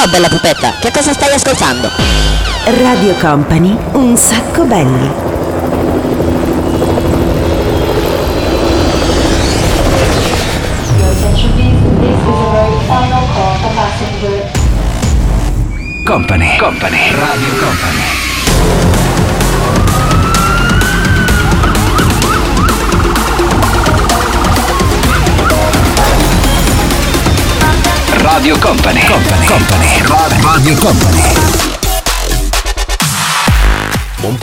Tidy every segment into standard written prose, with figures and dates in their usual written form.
Ciao bella pupetta, che cosa stai ascoltando? Radio Company, un sacco belli. Company, Radio Company. Radio Company. Radio Company. Buon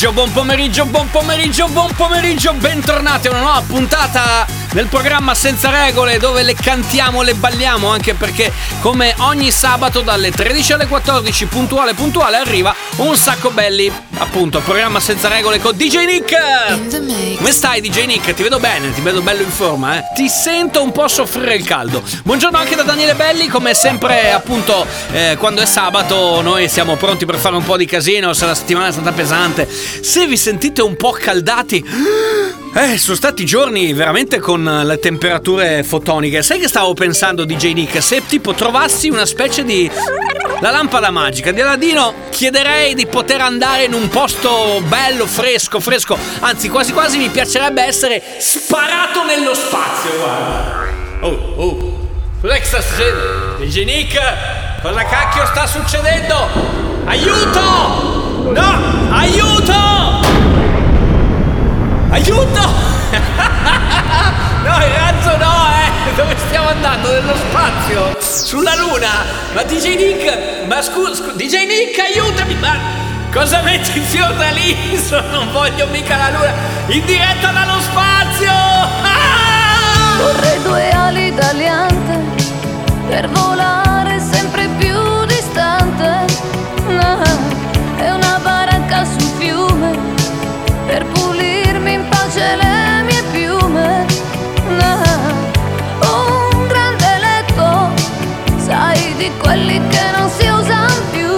pomeriggio, bentornati a una nuova puntata del programma Senza Regole, dove le cantiamo, le balliamo, anche perché come ogni sabato dalle 13 alle 14 puntuale arriva un sacco belli, appunto, programma Senza Regole con DJ Nick. Come stai DJ Nick? Ti vedo bene, ti vedo bello in forma, eh? Ti sento un po' soffrire il caldo. Buongiorno anche da Daniele Belli, come sempre, appunto, quando è sabato noi siamo pronti per fare un po' di casino, se la settimana è stata pesante. Se vi sentite un po' accaldati, sono stati giorni veramente con le temperature fotoniche. Sai che stavo pensando, DJ Nick? Se tipo trovassi una specie di la lampada magica di Aladino, chiederei di poter andare in un posto bello, fresco. Anzi, quasi mi piacerebbe essere sparato nello spazio, guarda. Cos'è che sta succedendo? DJ Nick, cosa cacchio sta succedendo? Aiuto! No! Aiuto! No, il razzo no, dove stiamo andando? Nello spazio? Sulla luna? Ma DJ Nick, ma scusa, DJ Nick, aiutami! Ma cosa metti il fiordaliso? Non voglio mica la luna! In diretta dallo spazio! Vorrei 2 ali d'aliante per volare sempre più distante. È una baracca sul fiume per pulirmi in pace le mie piume. Un grande letto, sai, di quelli che non si usano più.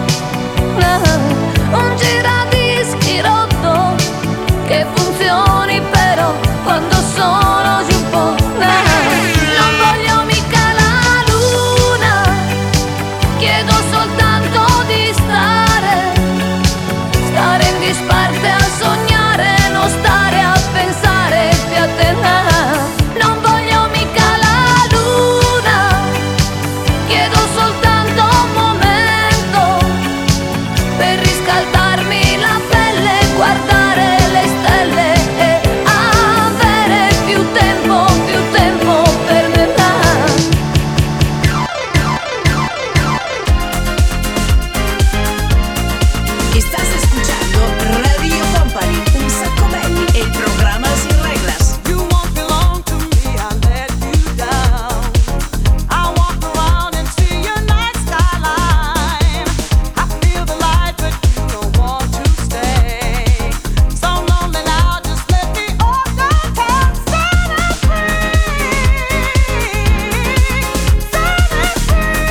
Un giradischi rotto che funzioni però quando sono giù un po'. Non voglio mica la luna, chiedo soltanto di stare in disparte a sognare, non stare a pensare più a te. Non voglio mica la luna, chiedo soltanto un momento per riscaldarmi la pelle, guardare le stelle e avere più tempo per me. Estás escuchando Radio Company, un sacco belli, el programa sin reglas. You won't belong to me, I let you down. I walk around and see your night skyline. I feel the light, but you don't want to stay. So lonely now, just let me hold your hand. Set us free. Set us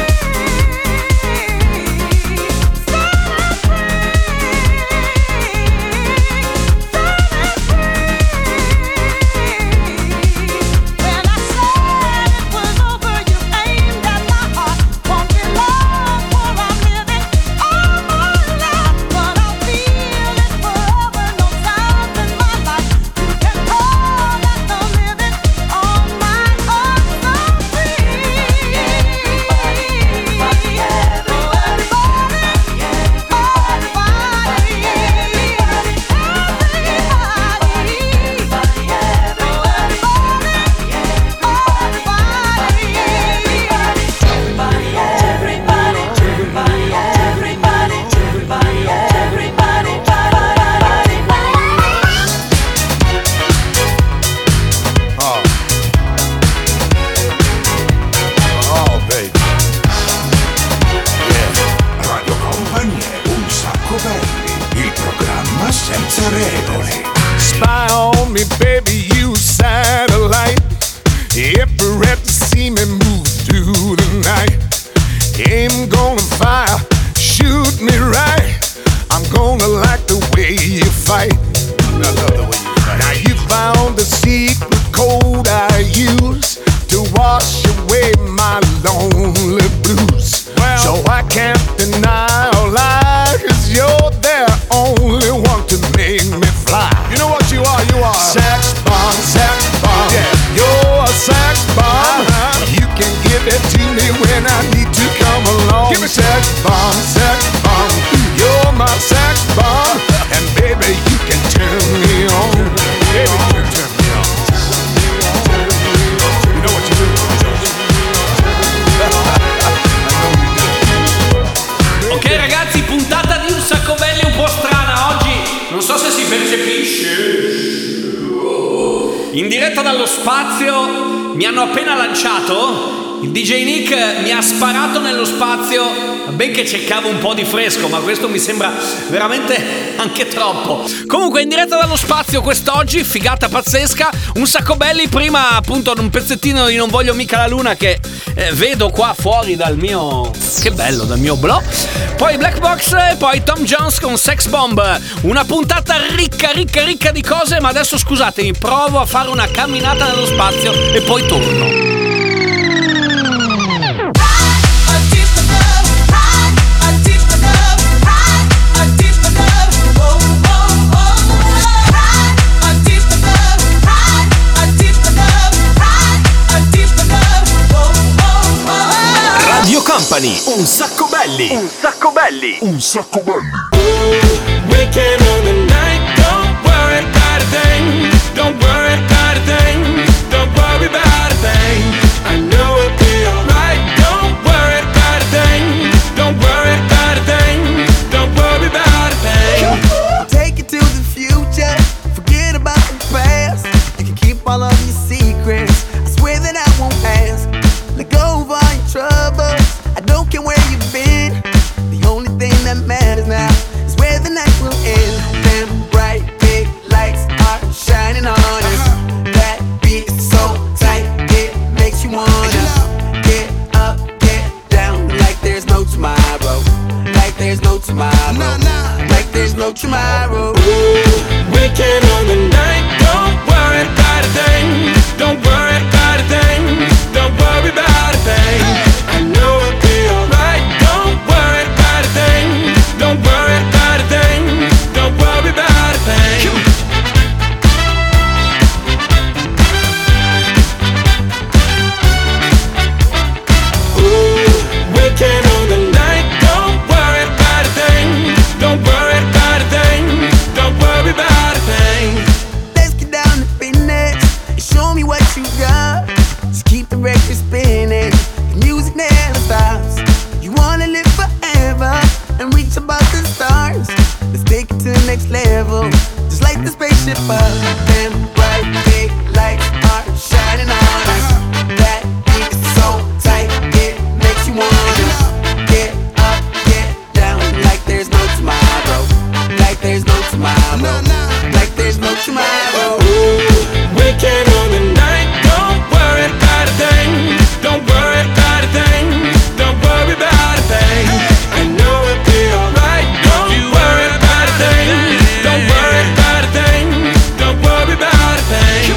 When I said it was over, you aimed at my heart. Won't be long for I'm living all my life, but I'll feel it forever. No sound in my life you can call that the living on my own. So free. Radio Company è un sacco belli, il programma senza regole. Spy on me, baby, you satellite. Every rep to see me move through the night. Aim gonna fire, shoot me right. I'm gonna like the way you fight. I love the way you fight. Now you found the secret code I use to wash away my lonely blues. So fly. You know what you are? You are sex bomb, sex bomb. Yeah, you're a sex bomb. You can give it to me when I need to come along. Give me sex bomb, sex bomb. You're my sex bomb, and baby you can turn me on. Baby, you can turn me on. You know what you do? Ok ragazzi, puntata di Un Sacco Belli un po' strana oggi, non so se si percepisce. In diretta dallo spazio mi hanno appena lanciato. Il DJ Nick mi ha sparato nello spazio. Benché cercavo un po' di fresco, ma questo mi sembra veramente anche troppo. Comunque in diretta dallo spazio quest'oggi, figata pazzesca. Un Sacco Belli, prima appunto un pezzettino di Non voglio mica la luna che vedo qua fuori dal mio... Che bello, dal mio blog. Poi Black Box e poi Tom Jones con Sex Bomb. Una puntata ricca di cose, ma adesso scusatemi, provo a fare una camminata nello spazio e poi torno. Radio Company, Un Sacco Belli. Un Sacco Belli. Un sacco belli. Weekend on the night, don't worry about a thing. Don't worry about a thing. Don't worry about a thing. I know it'll be alright. Don't worry about a thing. Don't worry about a thing. Don't worry about a thing. Take it to the future. Forget about the past. You can keep all of your secrets. I swear that I won't ask. Let go of all your troubles. I don't care where you've been. The only thing that matters now is where the night will end. Them bright big lights are shining on us. That beat is so tight, it makes you wanna get up, get down, like there's no tomorrow. Like there's no tomorrow. Like there's no tomorrow. Weekend on the night, don't worry about a thing. Don't worry about a thing. Don't worry about a thing. I know it'll be alright. Don't worry about a thing. Don't worry about a thing. Don't worry about a thing. Weekend on the night, don't worry about a thing. Don't worry about a thing. Don't worry about a thing. Let's get down to business and show me what you got. Just keep the record spinning, the music never stops. You wanna live forever and reach above the stars. Let's take it to the next level, just like the spaceship up. Them bright big lights are shining on us. That beat is so tight, it makes you wanna get up, get down, like there's no tomorrow. Like there's no tomorrow. Like there's no tomorrow. Weekend on the night, don't worry about a thing. Don't worry about a thing. Don't worry about a thing. I know it'll be alright. Don't worry about a thing. Don't worry about a thing. Don't worry about a thing.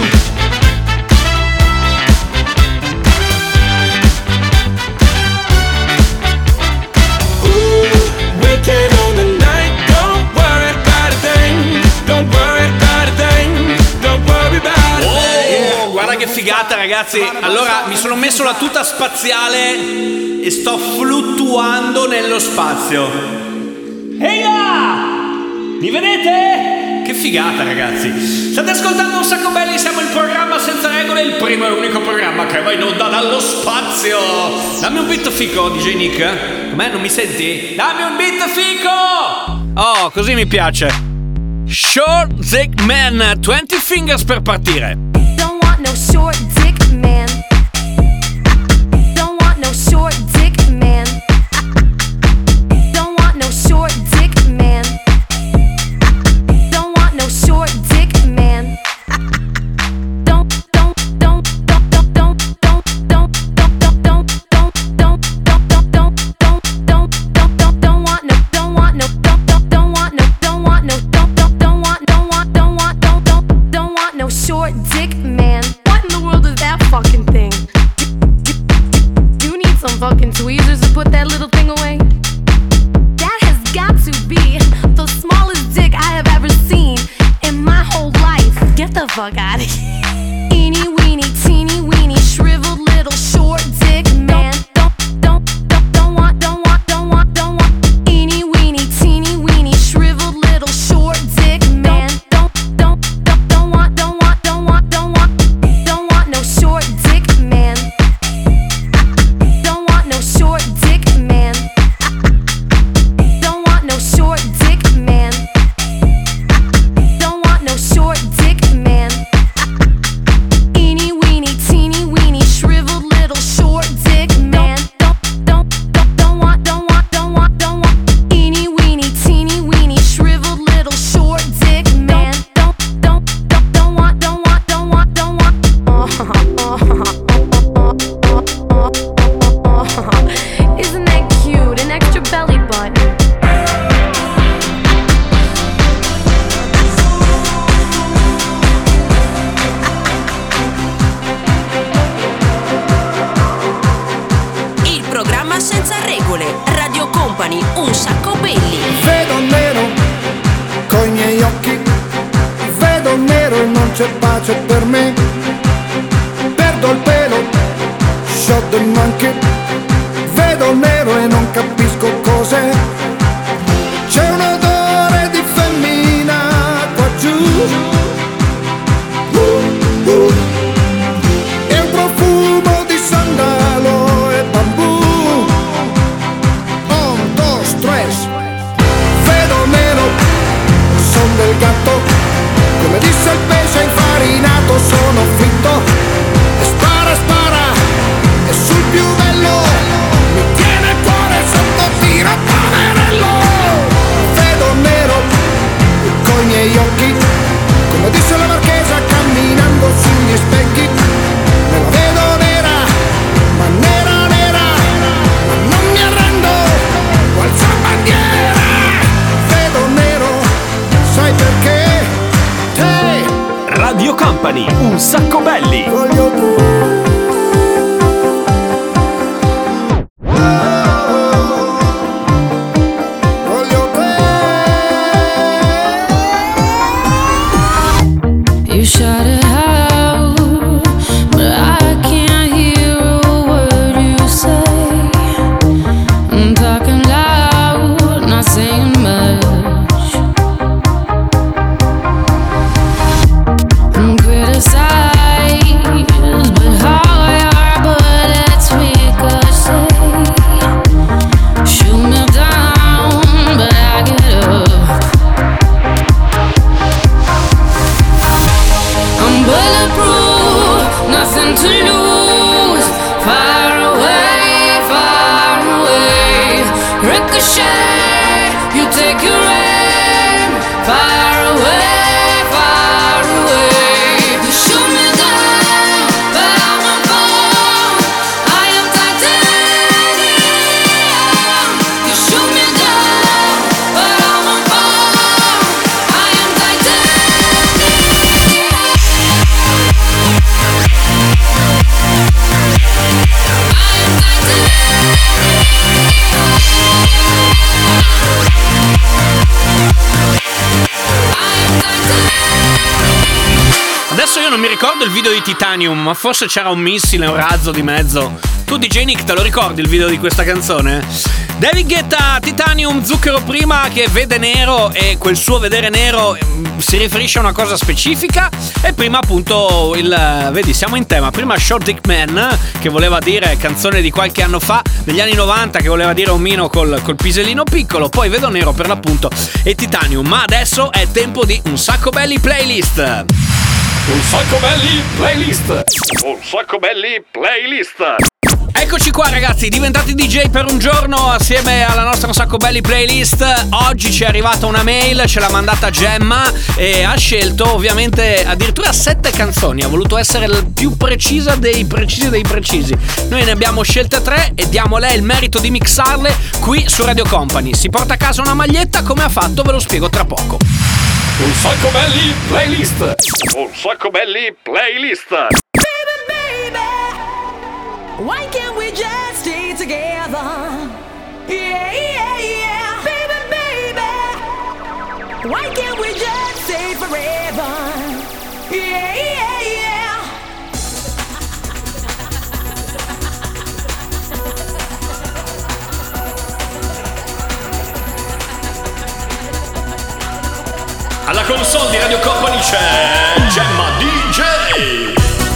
Weekend on the night, don't worry about a thing. Don't worry about a thing. Don't worry about a thing. Oh, guarda che figata ragazzi. Allora mi sono messo la tuta spaziale e sto fluttuando nello spazio. Ehi là! Mi vedete? Che figata ragazzi. State ascoltando Un Sacco Belli, siamo il programma senza regole, il primo e unico programma che va in onda dallo spazio. Dammi un beat fico, DJ Nick. Com'è? Non mi senti? Dammi un beat fico! Oh, così mi piace. Short Dick Man, 20 fingers per partire. Don't want no short dick man. Don't want no short dick man. Don't want no short dick man. Don't want no short dick man. Don't want no short dick man. What in the world is that fucking fuck out of here. Eeny weeny, teeny weeny, shriveled little short dick man. Don't want. Eeny weeny, teeny weeny, shriveled little short dick man. Don't want no short dick man. Don't want no short dick man. Don't want no short dick man. Don't want no short dick man. Eeny weeny, teeny weeny, shriveled little short dick man. Don't want. Eeny weeny, teeny weeny, shriveled little short dick man. Don't want. Isn't that cute? An extra belly button. Il programma senza regole. Radio Company, un sacco belli. Vedo nero coi miei occhi, vedo nero e non c'è pace per me. Perdo il pelo, shot the monkey, vedo nero e non capisco cos'è. C'è un odore di femmina qua giù. E un profumo di sandalo e bambù. 1, 2, 3. Vedo nero, son del gatto, come disse il pesce infarinato, sono fritto. E spara, e sul più bello, mi tiene il cuore sotto tiro, poverello. Vedo nero, coi miei occhi, come disse la marchesa camminando sugli specchi. Me la vedo nera, ma nera, ma non mi arrendo, alza bandiera. Vedo nero, sai perché? Te Radio Company, un sacco belli. voglio You shout it out, but I can't hear a word you say. I'm talking loud, not saying much. I'm criticized, but how your bullets ricochet. Shoot me down, but I get up. I'm bulletproof, nothing to lose. Far away, ricochet. You take your aim. Far away. You shoot me down, but I won't fall. I am titanium. You shoot me down, but I won't fall. I am titanium. Adesso io non mi ricordo il video di Titanium, ma forse c'era un missile, un razzo di mezzo. Tu DJ Nick te lo ricordi il video di questa canzone? David Guetta, Titanium, Zucchero prima, che vede nero, e quel suo vedere nero si riferisce a una cosa specifica. E prima appunto vedi, siamo in tema. Prima Short Dick Man, che voleva dire canzone di qualche anno fa, degli anni 90, che voleva dire omino col pisellino piccolo. Poi vedo nero per l'appunto e Titanium. Ma adesso è tempo di Un Sacco Belli Playlist. Un sacco belli playlist. Un sacco belli playlist. Eccoci qua ragazzi, diventati DJ per un giorno assieme alla nostra Un Sacco Belli Playlist. Oggi ci è arrivata una mail, ce l'ha mandata Gemma e ha scelto ovviamente addirittura 7 canzoni. Ha voluto essere la più precisa dei precisi dei precisi. Noi ne abbiamo scelte 3 e diamo a lei il merito di mixarle qui su Radio Company. Si porta a casa una maglietta, come ha fatto ve lo spiego tra poco. Un sacco belli playlist. Un sacco belli playlist. Why can't we just stay together? Yeah, yeah, yeah. Baby, baby. Why can't we just stay forever? Yeah, yeah, yeah. Alla console di Radio Company c'è Gemma DJ.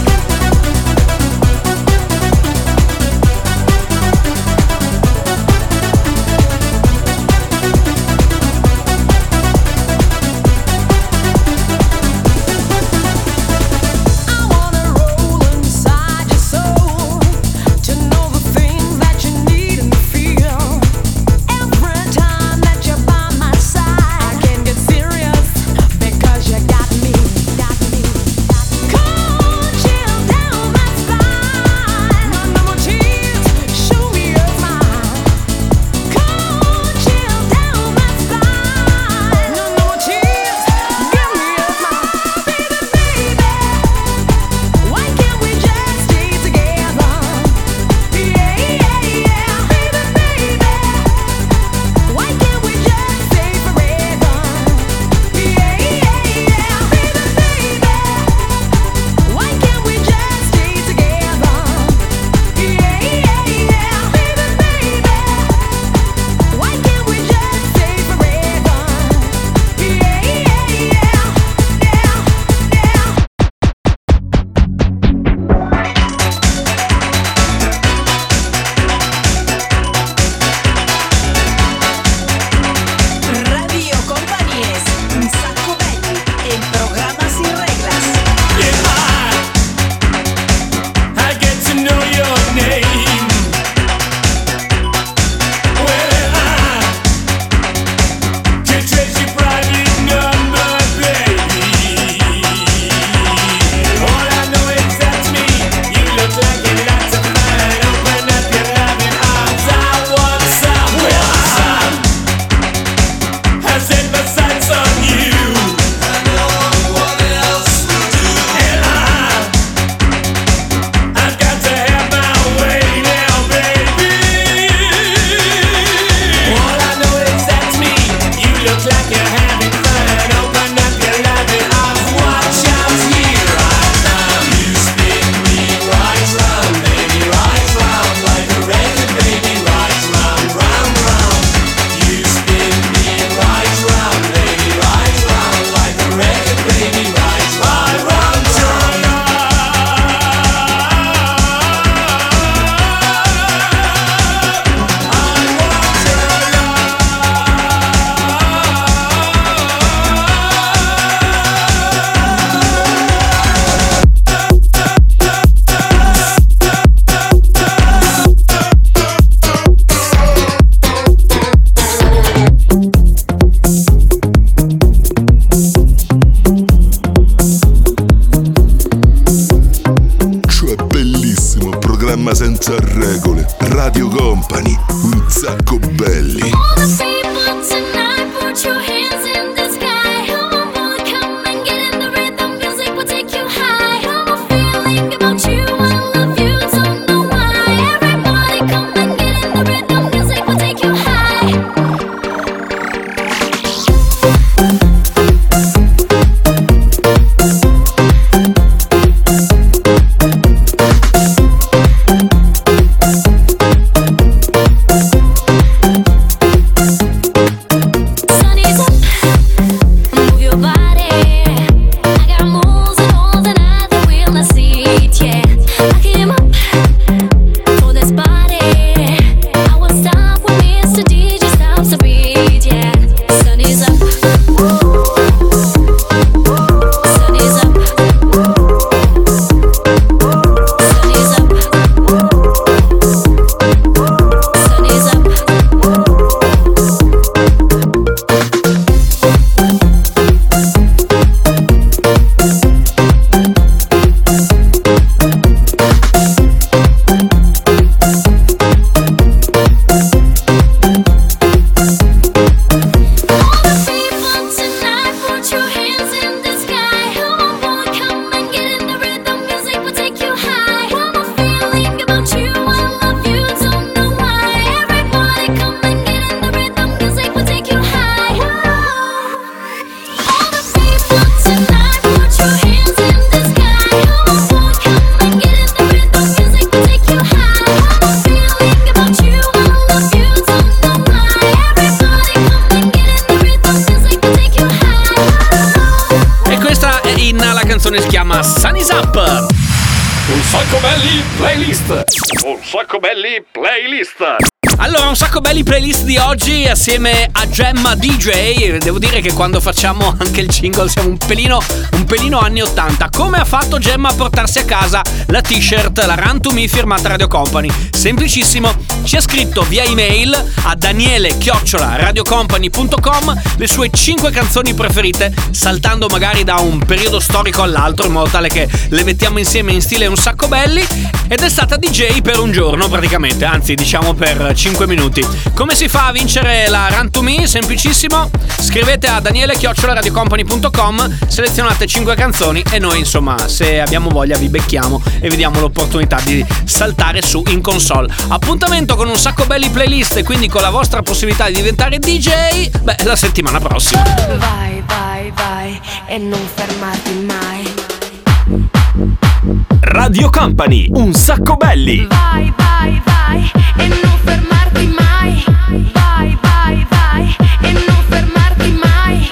Senza regole, Radio Company, un sacco belli. Rihanna, la canzone si chiama Sun Is Up. Un sacco belli playlist. Un sacco belli playlist. Allora, un sacco belli playlist di oggi assieme a Gemma DJ. Devo dire che quando facciamo anche il jingle siamo un pelino anni 80. Come ha fatto Gemma a portarsi a casa la t-shirt, la Run to Me firmata Radio Company? Semplicissimo, ci ha scritto via email a daniele@radiocompany.com le sue 5 canzoni preferite, saltando magari da un periodo storico all'altro in modo tale che le mettiamo insieme in stile un sacco belli, ed è stata DJ per un giorno praticamente, anzi diciamo per 5 minuti. Come si fa a vincere la Run to Me? Semplicissimo, scrivete a daniele@radiocompany.com, selezionate 5 canzoni e noi insomma, se abbiamo voglia, vi becchiamo e vi diamo l'opportunità di saltare su in console. Appuntamento con un sacco belli playlist e quindi con la vostra possibilità di diventare DJ, la settimana prossima. Vai, vai, vai e non fermarti mai. Radio Company, un sacco belli. Vai, vai, vai e non fermarti mai. Vai, vai, vai e non fermarti mai.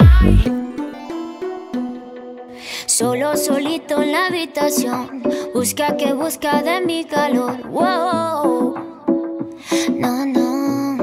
Solo solito en la habitación, busca que busca de mi calor. Wow. No, no.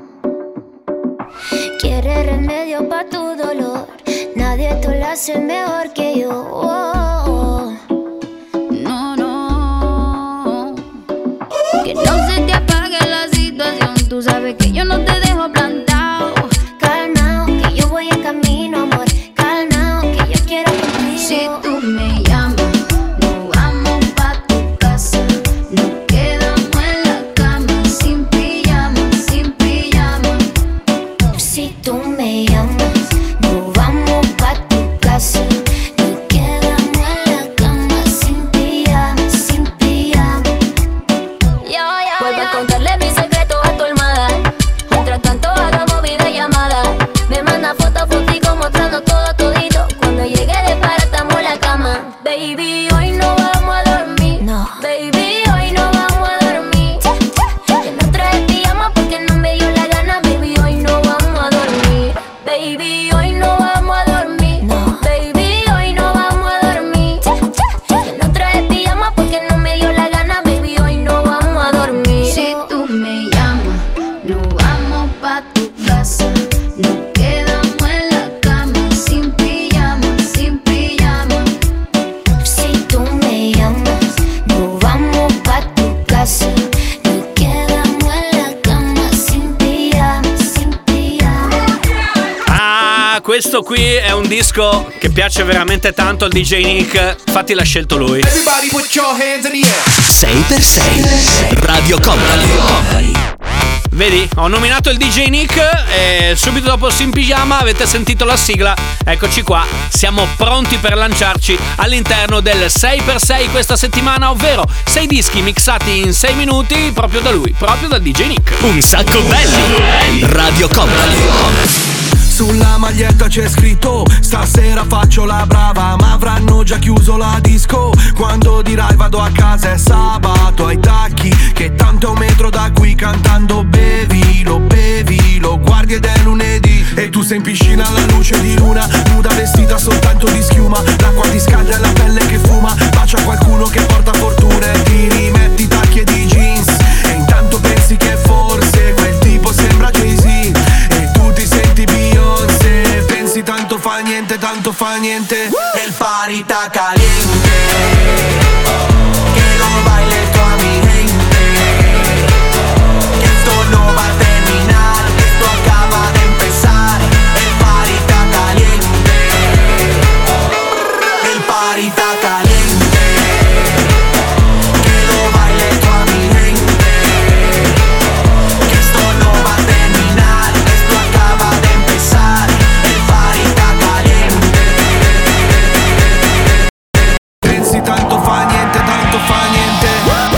Quiere remedio pa' tu dolor, nadie te lo hace mejor que yo. Wow. No, no. Que no se te apague la situación, tú sabes que yo no te dejo plantado. Calmao, que yo voy en camino, amor. Calmao, que yo quiero contigo. Si tú me llamas, nos vamos pa' tu casa. Nos quedamos en la cama, sin pijama, sin pijama. Si tú me llamas, nos vamos pa' tu casa. Nos quedamos en la cama, sin pijama, sin pijama. Vuelve a contarle mis secretos a tu almohada. Mientras tanto hagamos videollamada. Me manda fotico mostrando todo todito. Cuando llegue de para estamos en la cama. Baby, hoy no vamos a dormir. No. Baby, hoy no vamos a dormir. Que no trae pijama porque no me dio la gana. Baby, hoy no vamos a dormir. Baby, hoy no vamos a dormir. No. Baby, hoy no vamos a dormir. Que no trae pijama porque no me dio la gana. Baby, hoy no vamos a dormir. Si tú me llamas, nos vamos pa' tu casa. Nos quedamos en la cama, sin pijama, sin pijama. Si tú me llamas, nos vamos pa' tu casa. Nos quedamos en la cama, sin pijama, sin pijama. Ah, questo qui è un disco che piace veramente tanto al DJ Nick, infatti l'ha scelto lui. Everybody put your hands in the air. 6x6 Radio Company. Vedi, ho nominato il DJ Nick e subito dopo Sin Pigiama avete sentito la sigla. Eccoci qua, siamo pronti per lanciarci all'interno del 6x6 questa settimana, ovvero 6 dischi mixati in 6 minuti proprio da lui, proprio dal DJ Nick. Un sacco belli. Radio Company. Sulla maglietta c'è scritto: stasera faccio la brava, ma avranno già chiuso la disco. Quando dirai vado a casa è sabato, ai tacchi, che tanto è un metro da qui. Cantando bevilo, bevilo, guardi ed è lunedì. E tu sei in piscina alla luce di luna, nuda vestita soltanto di schiuma. L'acqua ti scalda e la pelle che fuma. Bacia qualcuno che porta fortuna e ti rimetti i tacchi ed i jeans. E intanto pensi che forse quel tipo sembra Jay-Z. E tu ti senti Beyoncé, pensi tanto fa niente, tanto fa niente. El party está caliente, que lo baile toda mi gente. Que esto no va a terminar, esto acaba de empezar. El party está caliente, el party está caliente. Que lo baile toda mi gente. Que esto no va a terminar, esto acaba de empezar. El party está caliente. Pensi tanto fa niente, tanto fa niente.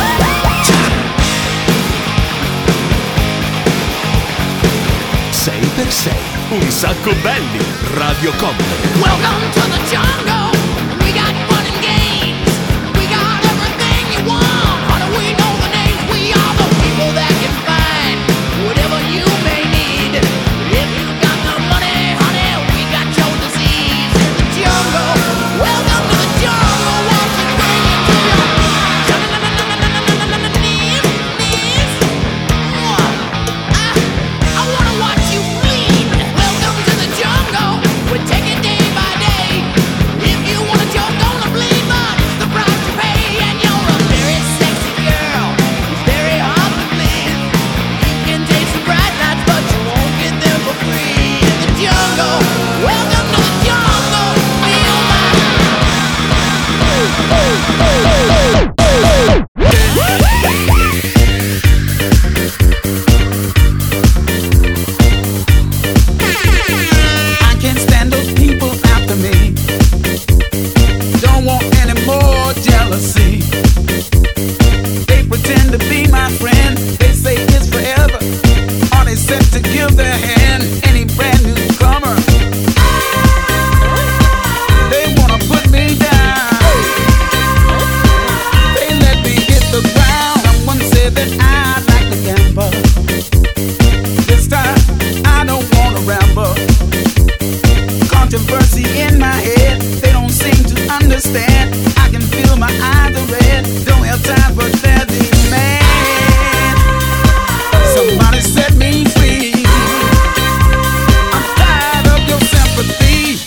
6x6 Un sacco belli. Radio Company. Welcome to the jungle. We got fun and games. We got everything you want. How do we know the names? We are the people that can find whatever you may need. If you got the money, honey, we got your disease in the jungle. Welcome to the I can't stand those people after me. Don't want any more jealousy. They pretend to be my friend. They say it's forever. Are they set to give their hand? Any brand newcomer? They wanna put me down. They let me hit the ground. Someone said that I like to gamble. This time I don't wanna ramble. Controversy in my head. They don't seem to understand. I can feel my eyes are red. Don't have time for their demand. Somebody set me free. I'm tired of your sympathy.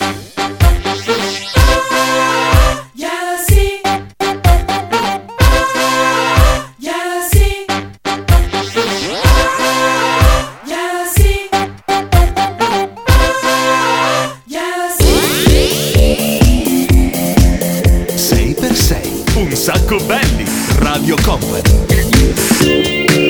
Jealousy. Jealousy. Jealousy. Jealousy. 6x6. Un sacco belli. Radio Company.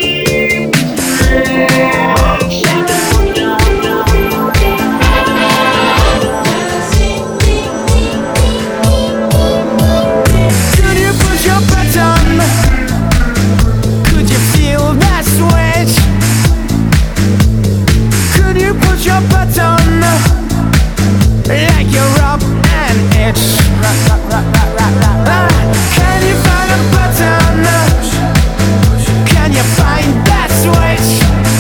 Could you push your button? Could you feel that switch? Could you push your button? Like you're up an itch. Can you find a button? Can you find that switch?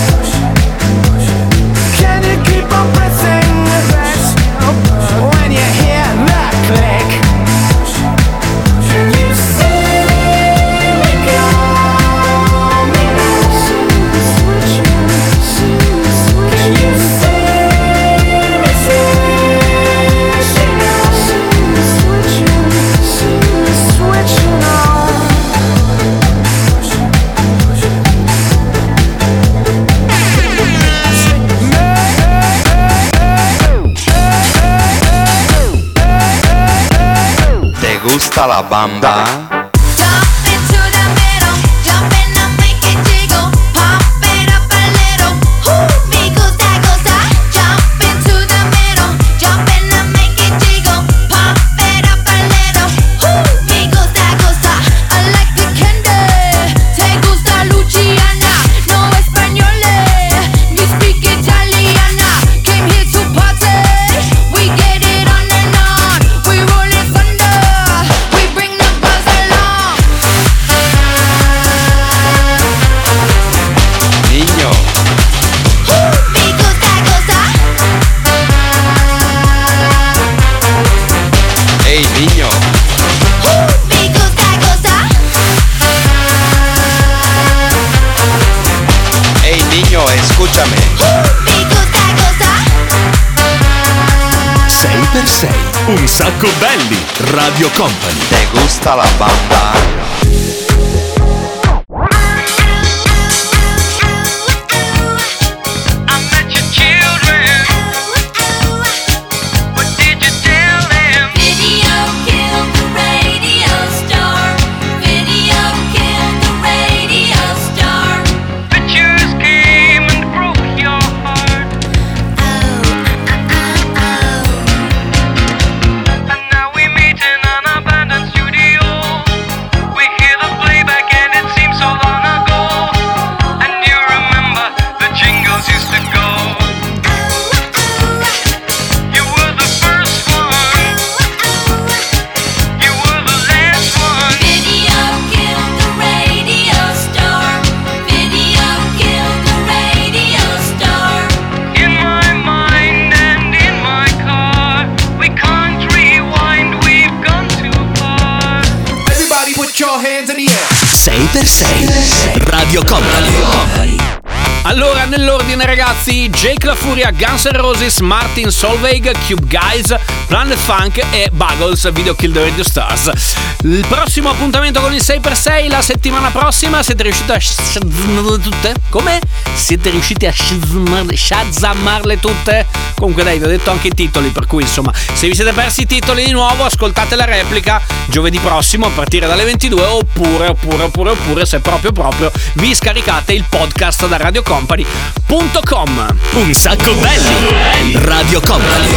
Can you keep on pressing this when you hear that click? Can you see me coming? Can you see me switching on? ¿Te gusta la bamba? Jump into the middle, jump in and make it jiggle, pump it up a little. Me gusta, gusta. Jump into the middle, jump in and make it jiggle, pump it up a little. Me gusta, gusta. I like the candy. Te gusta Luciana, no españole. We speak Italiana. Came here to party. We get it on and on. We roll it thunder. We bring the buzz along. Niño, Me gusta, gusta. hey niño, Me gusta, gusta. hey niño, escúchame. Me gusta, gusta. 6x6. Un sacco belli. Radio Company. ¿Te gusta la bamba? Video killed the radio star. Video killed the radio star. Pictures came and broke your heart. And now we meet in an abandoned studio. We hear the playback and it seems so long ago. And you remember the jingles used to go. You were the first one. You were the last one. Video killed the radio star. Video killed the radio star. In my mind and in my car, we can't rewind, we've gone too far. Everybody put your hands in the air. 6x6. Radio Company. Allora, nell'ordine ragazzi, Jake La Furia, Guns N' Roses, Martin Solveig, Cube Guys, Planet Funk e Buggles, Video Kill the Radio Stars. Il prossimo appuntamento con il 6x6 la settimana prossima. Siete riusciti a tutte? Come? Siete riusciti a shazammarle tutte? Comunque dai, vi ho detto anche i titoli, per cui insomma, se vi siete persi i titoli di nuovo, ascoltate la replica giovedì prossimo a partire dalle 22, oppure se proprio vi scaricate il podcast da radiocompany.com. Un sacco belli. Radio Company.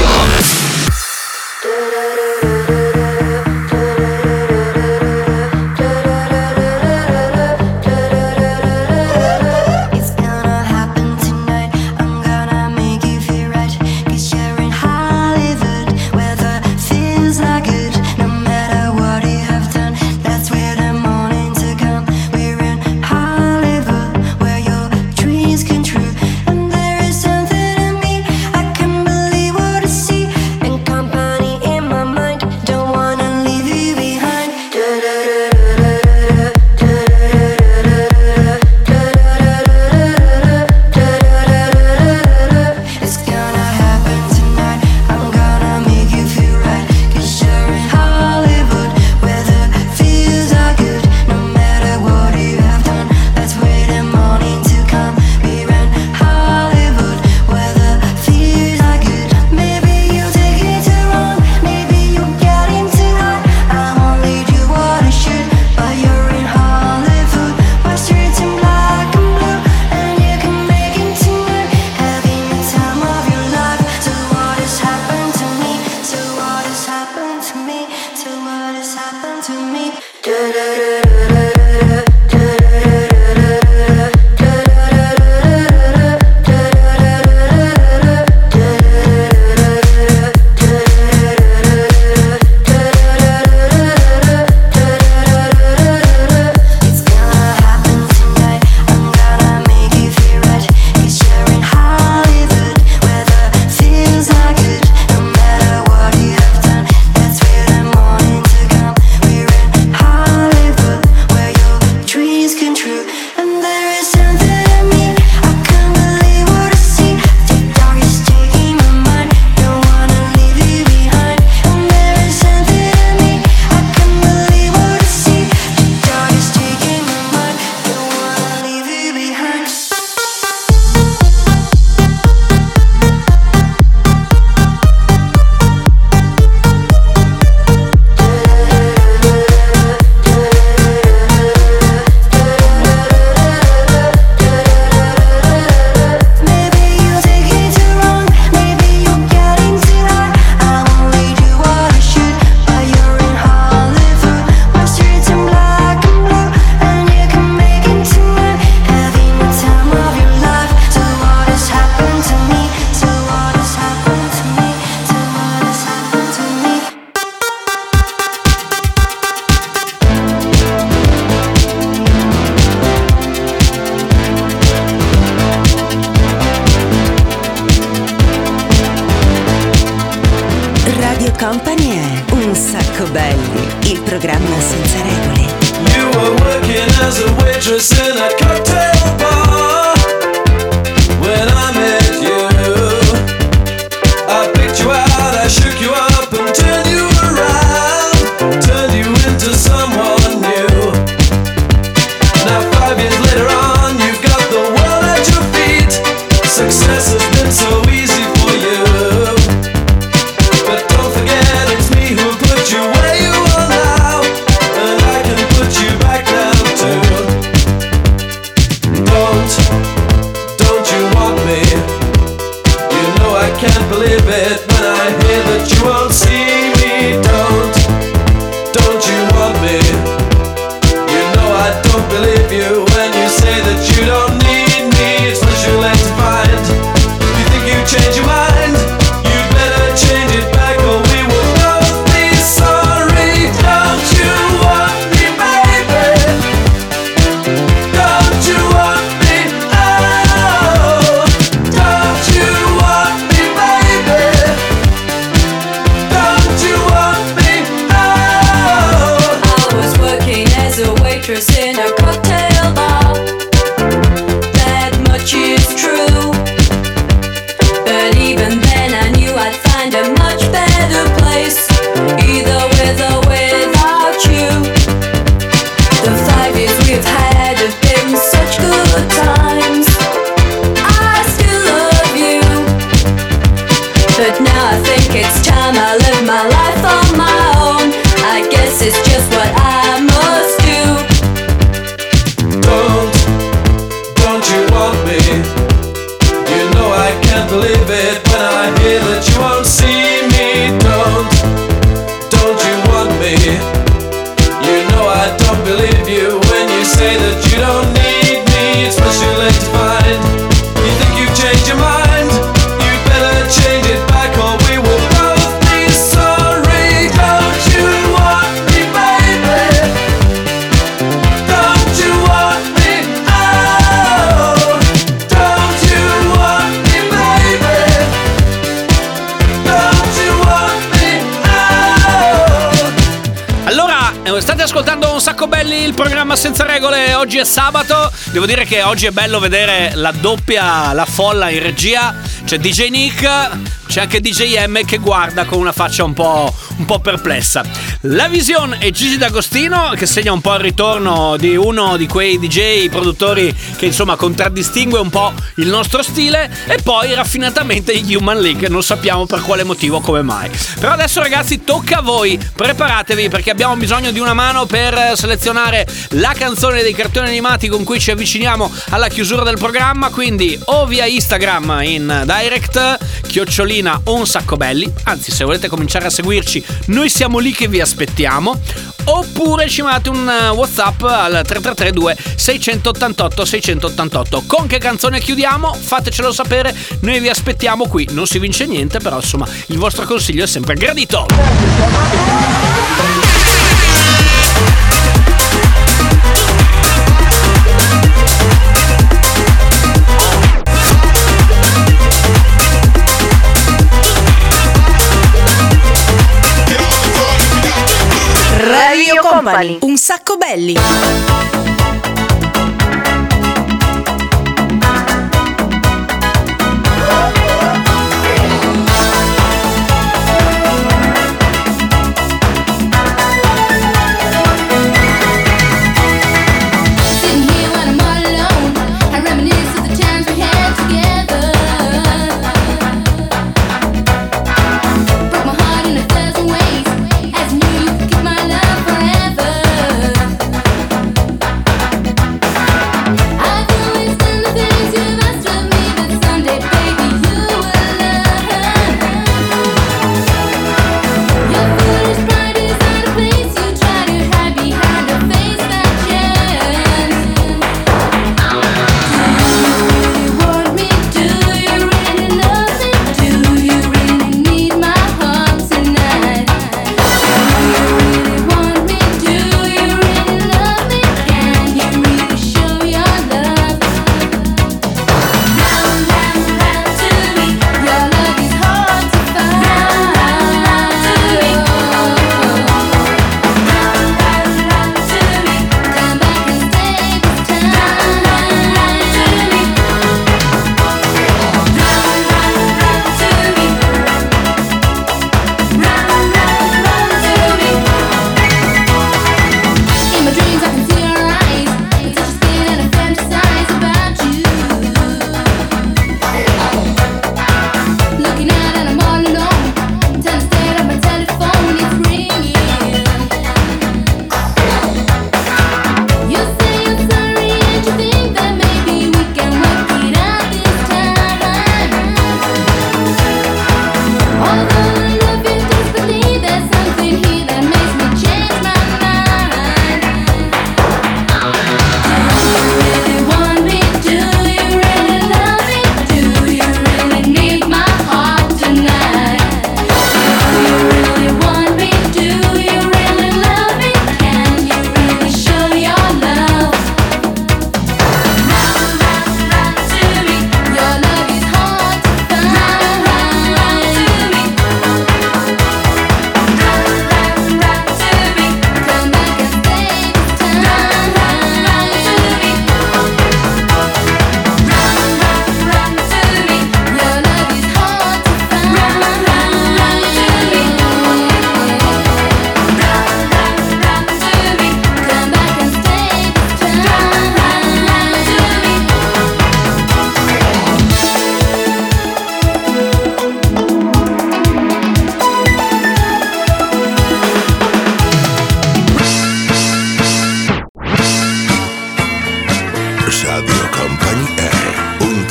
Company è Un Sacco Belli, il programma senza regole. You were working as a waitress in a cocktail bar when I met you. I picked you out, I shook you up and turned you around, turned you into someone new. Now 5 years later on, you've got the world at your feet. Success has been so easy for you. But don't forget it's me who put you where you are now, and I can put you back down too. Don't you want me? You know I can't believe it when I hear that you won't see me. Don't you want me? You know I don't believe you when you say that you don't need me. It's what you like to find. You think you change your mind? You'd better change it back or we will both be sorry. Don't you want me, baby? Don't you want me? Oh, don't you want me, baby? Don't you want me? Oh. I was working as a waitress in a cocktail bar. That much you just what I must do. Don't you want me? You know I can't believe it when I hear that you won't see me. Don't you want me? You know I don't believe you when you say that you don't need me. It's much too late to find. You think you've changed your mind? You'd better change it back or we will both be sorry. Don't you want me, baby? Don't you want me? Oh, don't you want me, baby? Don't you want me? Oh. Allora, state ascoltando Un Sacco Belli, il programma senza regole. Oggi è sabato. Devo dire che oggi è bello vedere la doppia, la folla in regia. C'è DJ Nick, c'è anche DJ M che guarda con una faccia un po' perplessa. La Vision e Gigi D'Agostino, che segna un po' il ritorno di uno di quei DJ produttori che insomma contraddistingue un po' il nostro stile. E poi raffinatamente gli Human League, non sappiamo per quale motivo, come mai. Però adesso ragazzi tocca a voi, preparatevi perché abbiamo bisogno di una mano per selezionare la canzone dei cartoni animati con cui ci avviciniamo alla chiusura del programma. Quindi o via Instagram in direct @ Un Sacco Belli, anzi se volete cominciare a seguirci noi siamo lì che vi aspettiamo, oppure ci mandate un WhatsApp al 3332 688 688. Con che canzone chiudiamo? Fatecelo sapere, noi vi aspettiamo qui. Non si vince niente, però insomma il vostro consiglio è sempre gradito. Radio Company, Un Sacco Belli. Sitting here when I'm all alone, I reminisce of the times we had together. Broke my heart in 1,000 ways, as I knew you could keep my love forever.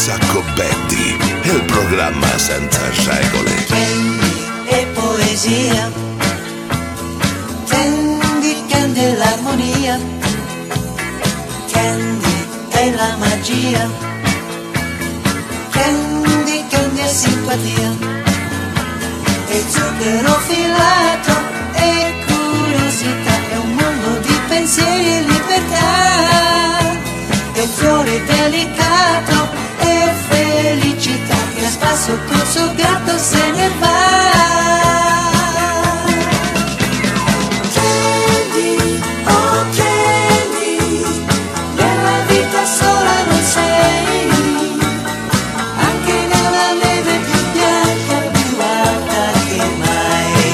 sacco belli, il programma senza regole. Candy e poesia, Candy, Candy è l'armonia, Candy è la magia, Candy, Candy è simpatia, e zucchero filato e curiosità, è un mondo di pensieri e libertà, è fiore delicato e felicità, che a spasso col suo gatto se ne va. Candy, oh Candy, nella vita sola non sei, anche nella neve più bianca, più alta che mai.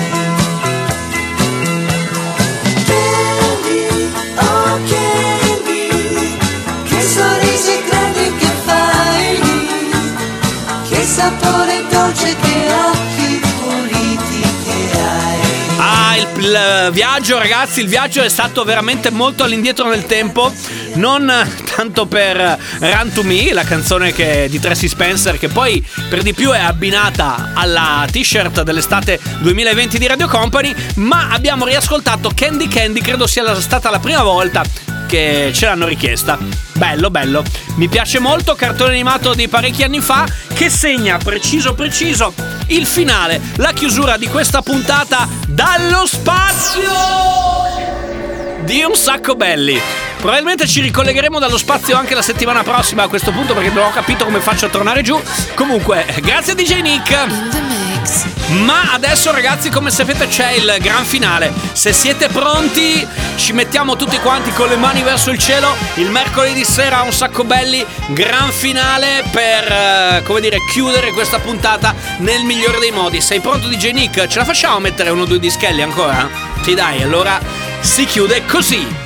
Candy, oh Candy, che sorrisi grandi che fai, che sapore dolce, che occhi puliti che hai. Il viaggio, ragazzi, il viaggio è stato veramente molto all'indietro nel tempo. Non tanto per Run to Me, la canzone di Tracy Spencer, che poi per di più è abbinata alla t-shirt dell'estate 2020 di Radio Company, ma abbiamo riascoltato Candy Candy, credo sia stata la prima volta che ce l'hanno richiesta. Bello, bello. Mi piace molto, cartone animato di parecchi anni fa, che segna preciso il finale, la chiusura di questa puntata dallo spazio di Un Sacco Belli. Probabilmente ci ricollegheremo dallo spazio anche la settimana prossima a questo punto, perché non ho capito come faccio a tornare giù. Comunque, grazie DJ Nick. Ma adesso, ragazzi, come sapete, c'è il gran finale. Se siete pronti, ci mettiamo tutti quanti con le mani verso il cielo. Il mercoledì sera Un Sacco Belli, gran finale per, chiudere questa puntata nel migliore dei modi. Sei pronto DJ Nick? Ce la facciamo mettere 1 o 2 dischelli ancora? Sì, dai, allora si chiude così.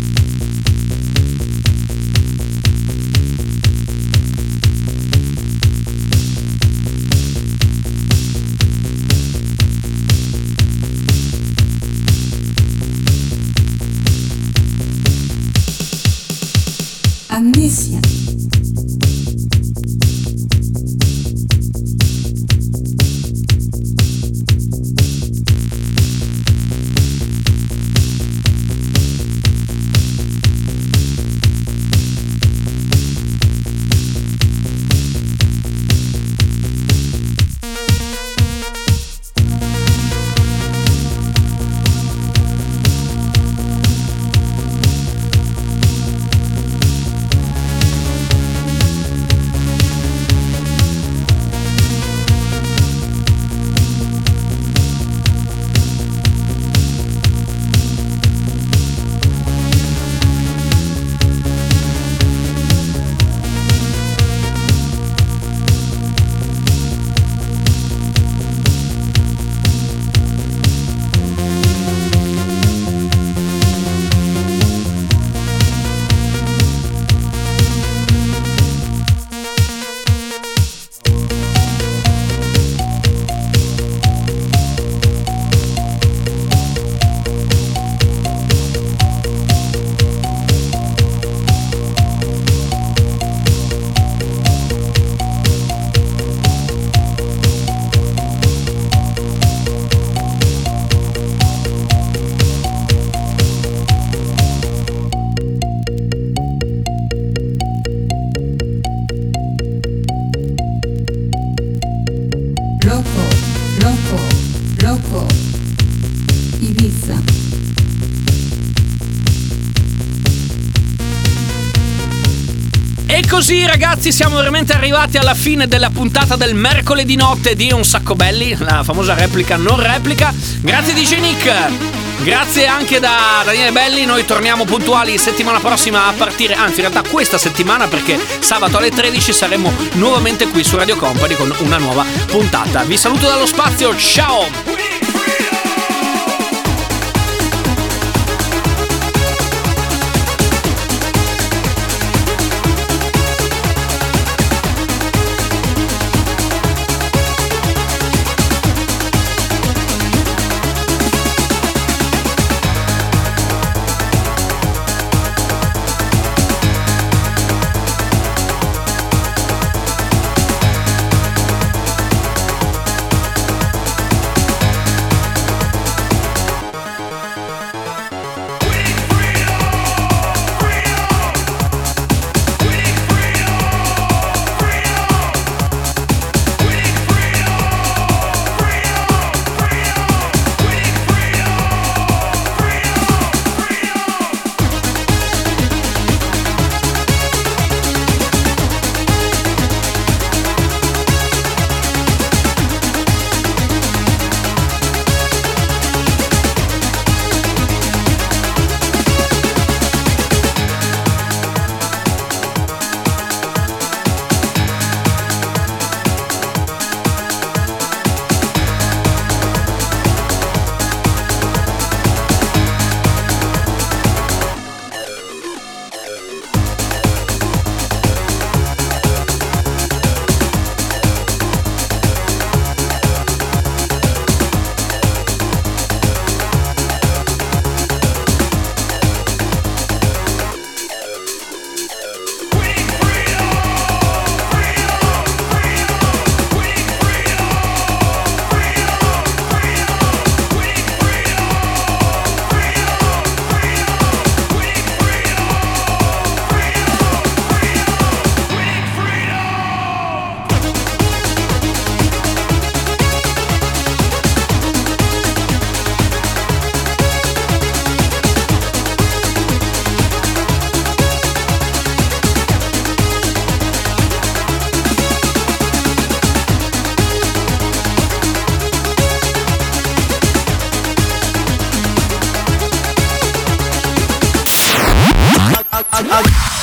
Amnesia. Loco, Ibiza. E così, ragazzi, siamo veramente arrivati alla fine della puntata del mercoledì notte di Un Sacco Belli, la famosa replica non replica. Grazie DJ Nick, grazie anche da Daniele Belli. Noi torniamo puntuali settimana prossima a partire, anzi in realtà questa settimana, perché sabato alle 13 saremo nuovamente qui su Radio Company con una nuova puntata. Vi saluto dallo spazio, ciao!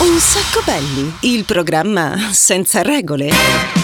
Un sacco belli, il programma senza regole.